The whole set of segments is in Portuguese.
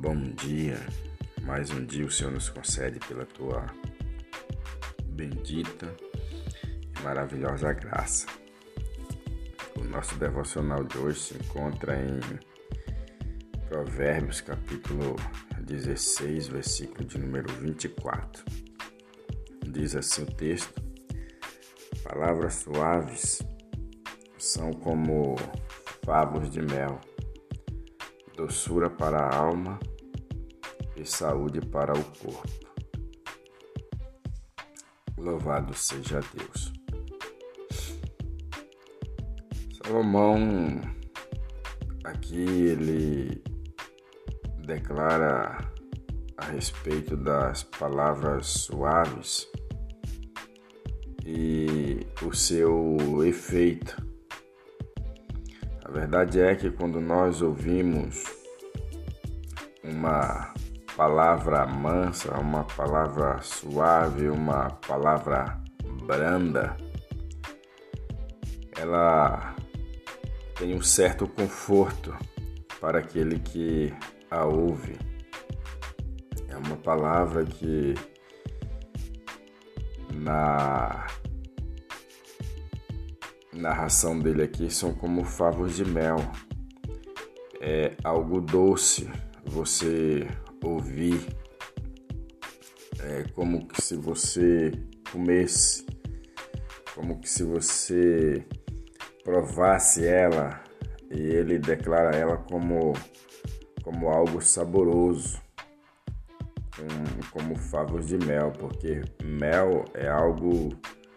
Bom dia, mais um dia o Senhor nos concede pela tua bendita e maravilhosa graça. O nosso devocional de hoje se encontra em Provérbios, capítulo 16, versículo de número 24. Diz assim o texto: palavras suaves são como favos de mel, doçura para a alma e saúde para o corpo. Louvado seja Deus. Salomão, aqui ele declara a respeito das palavras suaves e o seu efeito. A verdade é que quando nós ouvimos uma palavra mansa, uma palavra suave, uma palavra branda, ela tem um certo conforto para aquele que a ouve. É uma palavra que na narração dele aqui são como favos de mel. É algo doce você ouvir. É como que se você comesse, como que se você provasse ela, e ele declara ela como algo saboroso, como favos de mel, porque mel é algo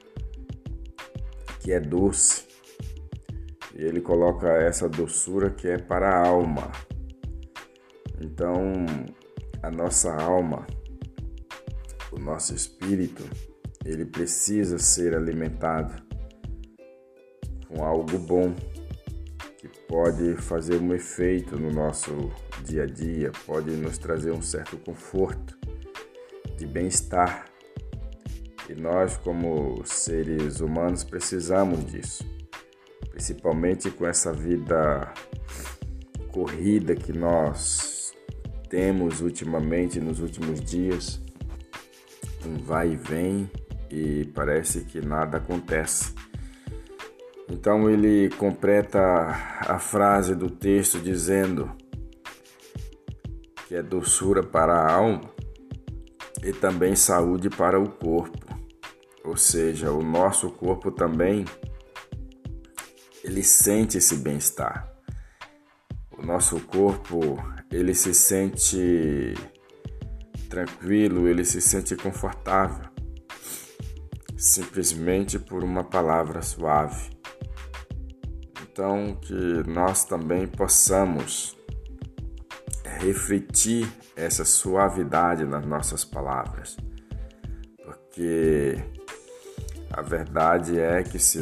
que é doce, e ele coloca essa doçura que é para a alma. Então, a nossa alma, o nosso espírito, ele precisa ser alimentado com algo bom, que pode fazer um efeito no nosso dia a dia, pode nos trazer um certo conforto, de bem-estar. E nós, como seres humanos, precisamos disso, principalmente com essa vida corrida que nós temos ultimamente, nos últimos dias, um vai e vem e parece que nada acontece. Então ele completa a frase do texto dizendo que é doçura para a alma e também saúde para o corpo. Ou seja, o nosso corpo também, ele sente esse bem-estar. O nosso corpo, ele se sente tranquilo, ele se sente confortável, simplesmente por uma palavra suave. Então, que nós também possamos refletir essa suavidade nas nossas palavras, porque a verdade é que se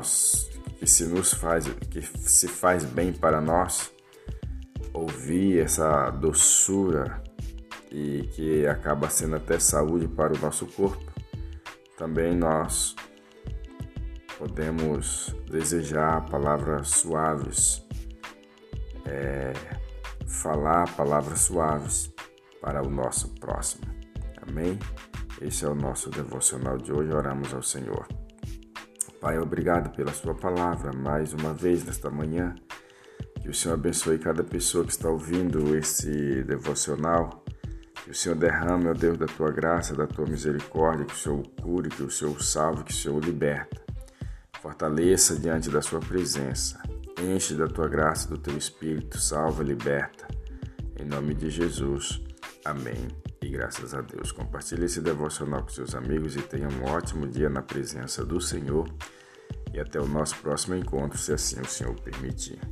faz bem para nós ouvir essa doçura e que acaba sendo até saúde para o nosso corpo, também nós podemos desejar palavras suaves, falar palavras suaves para o nosso próximo. Amém? Esse é o nosso devocional de hoje. Oramos ao Senhor. Pai, obrigado pela sua palavra mais uma vez nesta manhã. Que o Senhor abençoe cada pessoa que está ouvindo esse devocional. Que o Senhor derrame, ó Deus, da tua graça, da tua misericórdia, que o Senhor o cure, que o Senhor o salve, que o Senhor o liberta. Fortaleça diante da sua presença. Enche da tua graça, do teu Espírito, salva, liberta. Em nome de Jesus. Amém. E graças a Deus. Compartilhe esse devocional com seus amigos e tenha um ótimo dia na presença do Senhor. E até o nosso próximo encontro, se assim o Senhor permitir.